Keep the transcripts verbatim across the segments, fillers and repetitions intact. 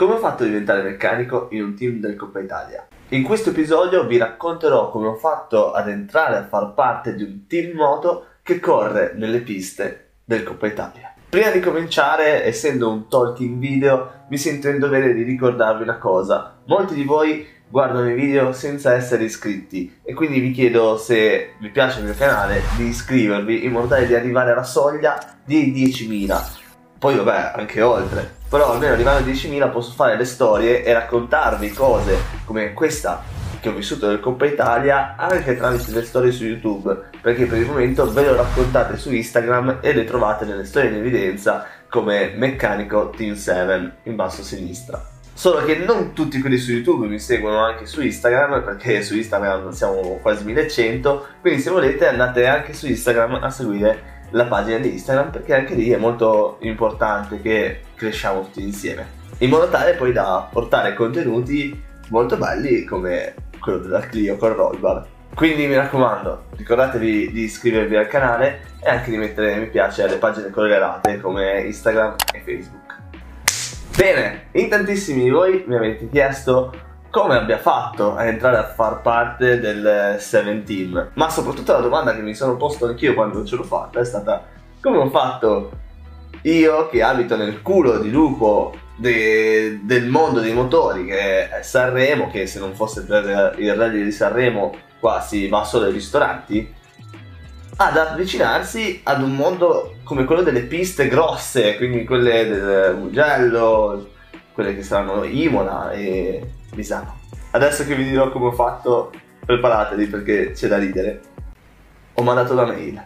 Come ho fatto a diventare meccanico in un team del Coppa Italia? In questo episodio vi racconterò come ho fatto ad entrare a far parte di un team moto che corre nelle piste del Coppa Italia. Prima di cominciare, essendo un talking video, mi sento in dovere di ricordarvi una cosa. Molti di voi guardano i video senza essere iscritti e quindi vi chiedo, se vi piace il mio canale, di iscrivervi in modo tale di arrivare alla soglia di diecimila. Poi vabbè, anche oltre. Però almeno arrivando a diecimila posso fare le storie e raccontarvi cose come questa che ho vissuto nel Coppa Italia anche tramite le storie su YouTube, perché per il momento ve le ho raccontate su Instagram e le trovate nelle storie in evidenza come Meccanico Team sette in basso a sinistra. Solo che non tutti quelli su YouTube mi seguono anche su Instagram, perché su Instagram siamo quasi millecento, quindi se volete andate anche su Instagram a seguire la pagina di Instagram, perché anche lì è molto importante che cresciamo tutti insieme, in modo tale poi da portare contenuti molto belli come quello della Clio con roll bar. Quindi mi raccomando, ricordatevi di iscrivervi al canale e anche di mettere mi piace alle pagine collegate come Instagram e Facebook. Bene, in tantissimi di voi mi avete chiesto come abbia fatto a entrare a far parte del sette Team, ma soprattutto la domanda che mi sono posto anch'io quando ce l'ho fatta è stata: come ho fatto io, che abito nel culo di lupo de, del mondo dei motori, che è Sanremo, che se non fosse per il rally di Sanremo qua si va solo ai ristoranti, ad avvicinarsi ad un mondo come quello delle piste grosse, quindi quelle del Mugello, quelle che saranno Imola e Misano. Adesso che vi dirò come ho fatto, preparatevi perché c'è da ridere. Ho mandato la mail.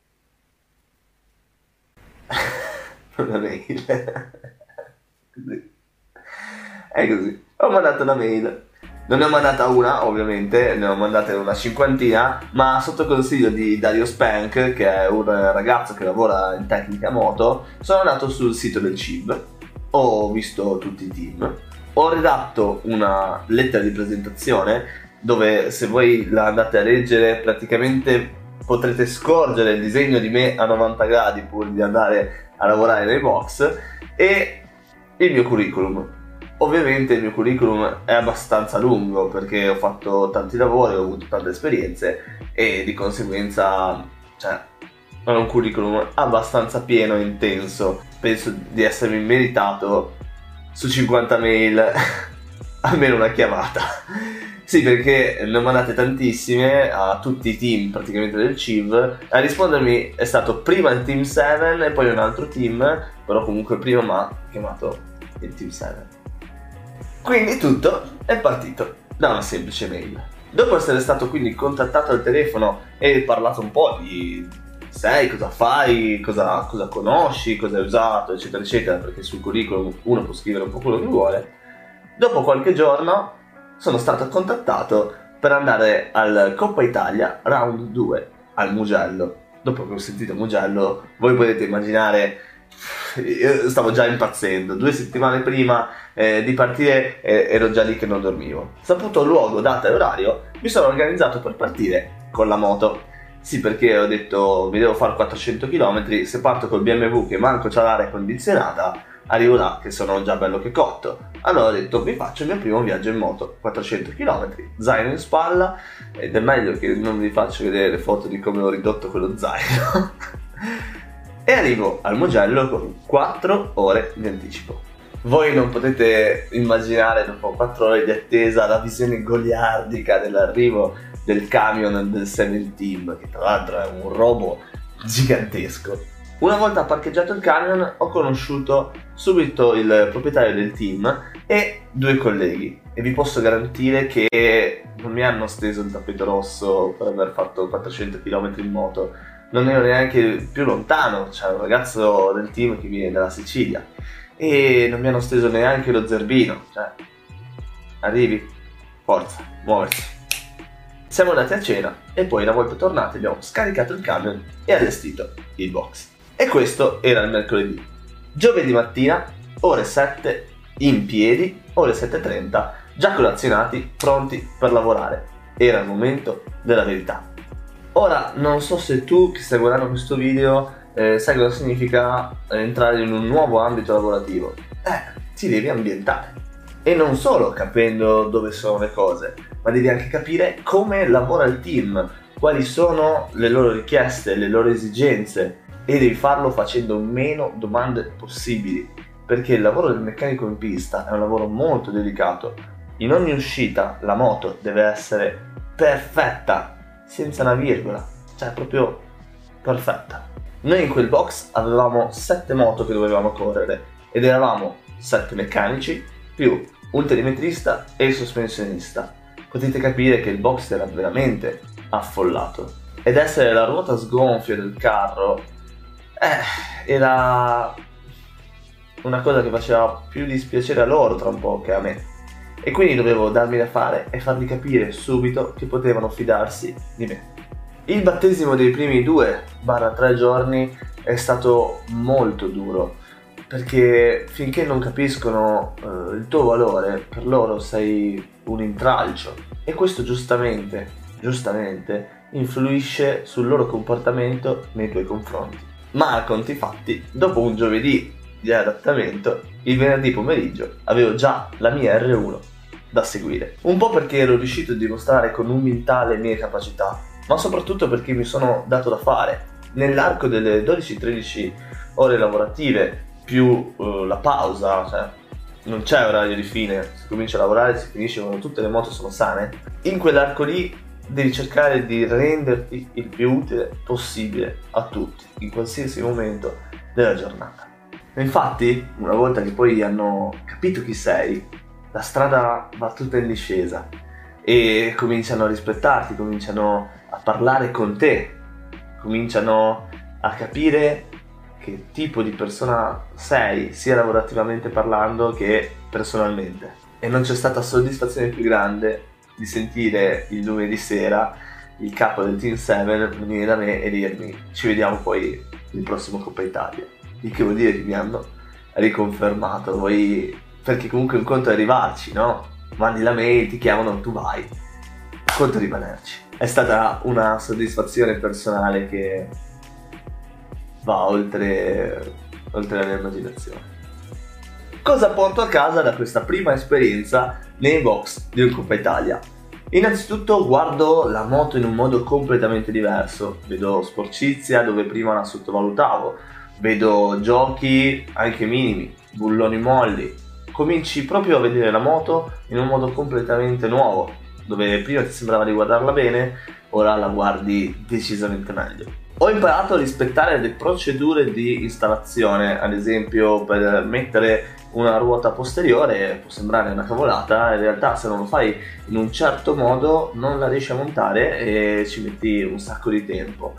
Una mail. Così. È così. Ho mandato una mail. Non ne ho mandata una, ovviamente, ne ho mandate una cinquantina, ma sotto consiglio di Dario Spank, che è un ragazzo che lavora in tecnica moto, sono andato sul sito del C I V, ho visto tutti i team, ho redatto una lettera di presentazione dove, se voi la andate a leggere, praticamente potrete scorgere il disegno di me a novanta gradi pur di andare a lavorare nei box, e il mio curriculum. Ovviamente il mio curriculum è abbastanza lungo perché ho fatto tanti lavori, ho avuto tante esperienze e di conseguenza, cioè, è un curriculum abbastanza pieno e intenso. Penso di essermi meritato su cinquanta mail almeno una chiamata. Sì, perché ne ho mandate tantissime a tutti i team praticamente del C I V. A rispondermi è stato prima il Team sette e poi un altro team, però comunque prima mi ha chiamato il Team sette. Quindi tutto è partito da una semplice mail. Dopo essere stato quindi contattato al telefono e parlato un po' di sei, cosa fai, cosa, cosa conosci, cosa hai usato, eccetera eccetera, perché sul curriculum uno può scrivere un po' quello che vuole, dopo qualche giorno sono stato contattato per andare al Coppa Italia Round due al Mugello. Dopo che ho sentito Mugello, voi potete immaginare, io stavo già impazzendo. Due settimane prima eh, di partire eh, ero già lì che non dormivo. Saputo luogo, data e orario, mi sono organizzato per partire con la moto. Sì, perché ho detto mi devo fare quattrocento chilometri, se parto col B M W che manco c'ha l'aria condizionata, arrivo là che sono già bello che cotto. Allora ho detto mi faccio il mio primo viaggio in moto, quattrocento chilometri, zaino in spalla, ed è meglio che non vi faccio vedere le foto di come ho ridotto quello zaino. E arrivo al Mugello con quattro ore di anticipo. Voi non potete immaginare, dopo quattro ore di attesa, la visione goliardica dell'arrivo del camion del sette Team, che tra l'altro è un robo gigantesco. Una volta parcheggiato il camion ho conosciuto subito il proprietario del team e due colleghi, e vi posso garantire che non mi hanno steso il tappeto rosso per aver fatto quattrocento chilometri in moto. Non ero neanche più lontano, c'è un ragazzo del team che viene dalla Sicilia e non mi hanno steso neanche lo zerbino, cioè, arrivi, forza, muoversi. Siamo andati a cena e poi, una volta tornati, abbiamo scaricato il camion e allestito il box. E questo era il mercoledì. Giovedì mattina, ore sette, in piedi, ore sette e trenta, già colazionati, pronti per lavorare. Era il momento della verità. Ora, non so se tu che stai guardando questo video eh, sai cosa significa entrare in un nuovo ambito lavorativo. Eh, ti devi ambientare. E non solo capendo dove sono le cose, ma devi anche capire come lavora il team, quali sono le loro richieste, le loro esigenze, e devi farlo facendo meno domande possibili, perché il lavoro del meccanico in pista è un lavoro molto delicato. In ogni uscita la moto deve essere perfetta, senza una virgola, cioè proprio perfetta. Noi in quel box avevamo sette moto che dovevamo correre ed eravamo sette meccanici più un telemetrista e il sospensionista. Potete capire che il box era veramente affollato ed essere la ruota sgonfia del carro eh, era una cosa che faceva più dispiacere a loro tra un po' che a me, e quindi dovevo darmi da fare e fargli capire subito che potevano fidarsi di me. Il battesimo dei primi due tre giorni è stato molto duro, perché finché non capiscono eh, il tuo valore, per loro sei un intralcio, e questo giustamente, giustamente influisce sul loro comportamento nei tuoi confronti. Ma a conti fatti, dopo un giovedì di adattamento, il venerdì pomeriggio avevo già la mia erre uno da seguire. Un po' perché ero riuscito a dimostrare con umiltà le mie capacità, ma soprattutto perché mi sono dato da fare. Nell'arco delle dodici tredici ore lavorative più uh, la pausa, cioè non c'è orario di fine, si comincia a lavorare, si finisce quando tutte le moto sono sane. In quell'arco lì devi cercare di renderti il più utile possibile a tutti, in qualsiasi momento della giornata. Infatti, una volta che poi hanno capito chi sei, la strada va tutta in discesa e cominciano a rispettarti, cominciano a parlare con te, cominciano a capire che tipo di persona sei, sia lavorativamente parlando che personalmente. E non c'è stata soddisfazione più grande di sentire il lunedì sera il capo del Team sette venire da me e dirmi: ci vediamo poi il prossimo Coppa Italia. Il che vuol dire che mi hanno riconfermato, voi, perché comunque un conto è arrivarci, no? Mandi la mail, ti chiamano, tu vai, un conto è rimanerci. È stata una soddisfazione personale che va oltre, oltre la mia immaginazione. Cosa porto a casa da questa prima esperienza nei box di un Coppa Italia? Innanzitutto guardo la moto in un modo completamente diverso, vedo sporcizia dove prima la sottovalutavo, vedo giochi anche minimi, bulloni molli, cominci proprio a vedere la moto in un modo completamente nuovo, dove prima ti sembrava di guardarla bene, ora la guardi decisamente meglio. Ho imparato a rispettare le procedure di installazione, ad esempio per mettere una ruota posteriore può sembrare una cavolata, in realtà se non lo fai in un certo modo non la riesci a montare e ci metti un sacco di tempo.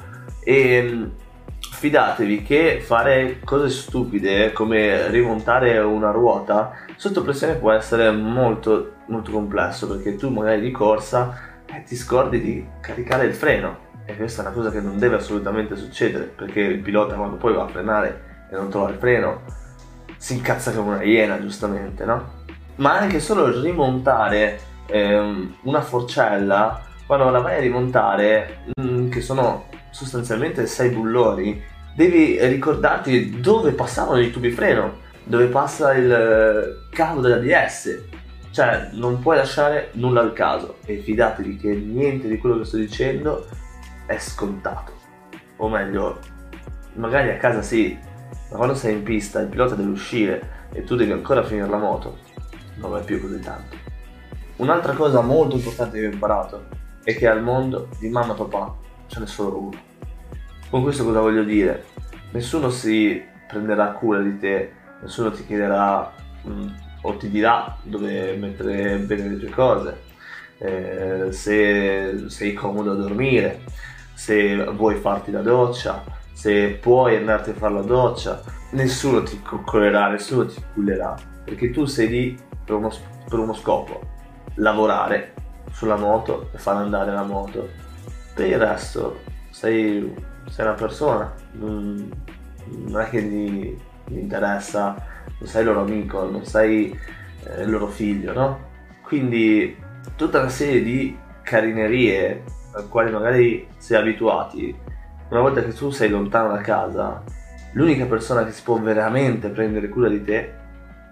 E fidatevi che fare cose stupide come rimontare una ruota sotto pressione può essere molto molto complesso, perché tu magari di corsa eh, ti scordi di caricare il freno, e questa è una cosa che non deve assolutamente succedere, perché il pilota quando poi va a frenare e non trova il freno si incazza come una iena, giustamente, no? Ma anche solo il rimontare ehm, una forcella, quando la vai a rimontare, mh, che sono sostanzialmente sei bulloni, devi ricordarti dove passavano i tubi freno, dove passa il cavo dell'A B S, cioè non puoi lasciare nulla al caso, e fidatevi che niente di quello che sto dicendo è scontato, o meglio, magari a casa sì, ma quando sei in pista il pilota deve uscire e tu devi ancora finire la moto, non è più così tanto. Un'altra cosa molto importante che ho imparato è che al mondo di mamma e papà ce n'è solo uno. Con questo cosa voglio dire? Nessuno si prenderà cura di te, nessuno ti chiederà mh, o ti dirà dove mettere bene le tue cose, eh, se sei comodo a dormire, se vuoi farti la doccia, se puoi andarti a fare la doccia. Nessuno ti coccolerà, nessuno ti cullerà, perché tu sei lì per uno, per uno scopo: lavorare sulla moto e far andare la moto. Per il resto sei, sei una persona, non, non è che gli, gli interessa, non sei il loro amico, non sei eh, il loro figlio, no? Quindi tutta una serie di carinerie alle quali magari sei abituati, una volta che tu sei lontano da casa, l'unica persona che si può veramente prendere cura di te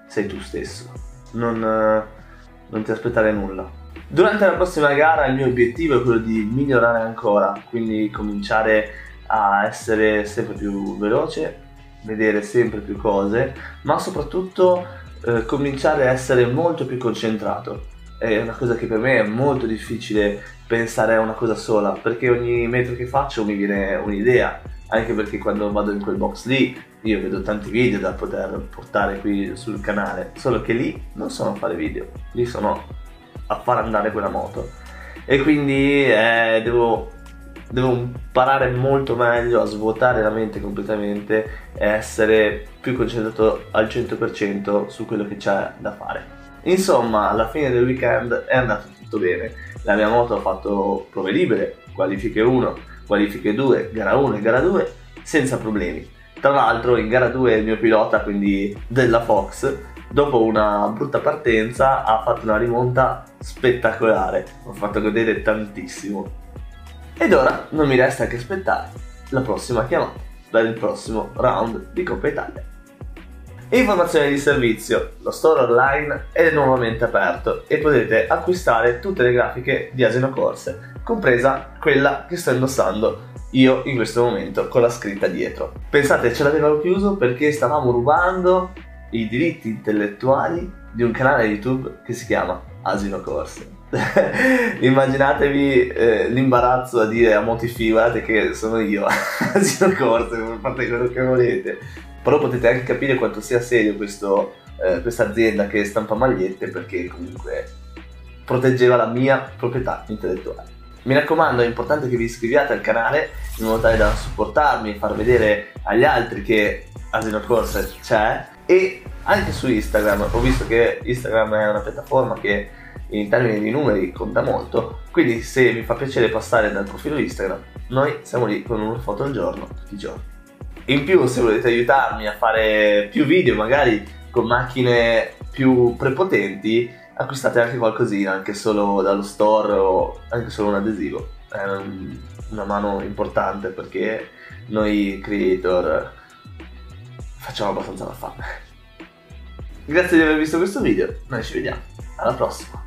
sei tu stesso, non, non ti aspettare nulla. Durante la prossima gara il mio obiettivo è quello di migliorare ancora, quindi cominciare a essere sempre più veloce, vedere sempre più cose, ma soprattutto eh, cominciare a essere molto più concentrato. È una cosa che per me è molto difficile pensare a una cosa sola, perché ogni metro che faccio mi viene un'idea, anche perché quando vado in quel box lì io vedo tanti video da poter portare qui sul canale, solo che lì non sono a fare video, lì sono a far andare quella moto, e quindi eh, devo, devo imparare molto meglio a svuotare la mente completamente e essere più concentrato al cento per cento su quello che c'è da fare. Insomma, alla fine del weekend è andato tutto bene, la mia moto ha fatto prove libere, qualifiche uno, qualifiche due, gara uno e gara due senza problemi. Tra l'altro in gara due il mio pilota, quindi della Fox, dopo una brutta partenza ha fatto una rimonta spettacolare, mi ha fatto godere tantissimo. Ed ora non mi resta che aspettare la prossima chiamata per il prossimo round di Coppa Italia. Informazioni di servizio: lo store online è nuovamente aperto e potete acquistare tutte le grafiche di Asino Corse, compresa quella che sto indossando io in questo momento con la scritta dietro. Pensate, ce l'avevano chiuso perché stavamo rubando i diritti intellettuali di un canale YouTube che si chiama Asino Corse. Immaginatevi eh, l'imbarazzo a dire a Motifi: guardate che sono io, Asino Corse, fate quello che volete. Però potete anche capire quanto sia serio questo, eh, questa azienda che stampa magliette, perché comunque proteggeva la mia proprietà intellettuale. Mi raccomando, è importante che vi iscriviate al canale in modo tale da supportarmi e far vedere agli altri che Asino Corse c'è, e anche su Instagram. Ho visto che Instagram è una piattaforma che in termini di numeri conta molto, quindi se vi fa piacere passare dal profilo Instagram, noi siamo lì con una foto al giorno, tutti i giorni. In più, se volete aiutarmi a fare più video, magari con macchine più prepotenti, acquistate anche qualcosina, anche solo dallo store o anche solo un adesivo. È un, una mano importante, perché noi creator facciamo abbastanza la fame. Grazie di aver visto questo video, noi ci vediamo alla prossima.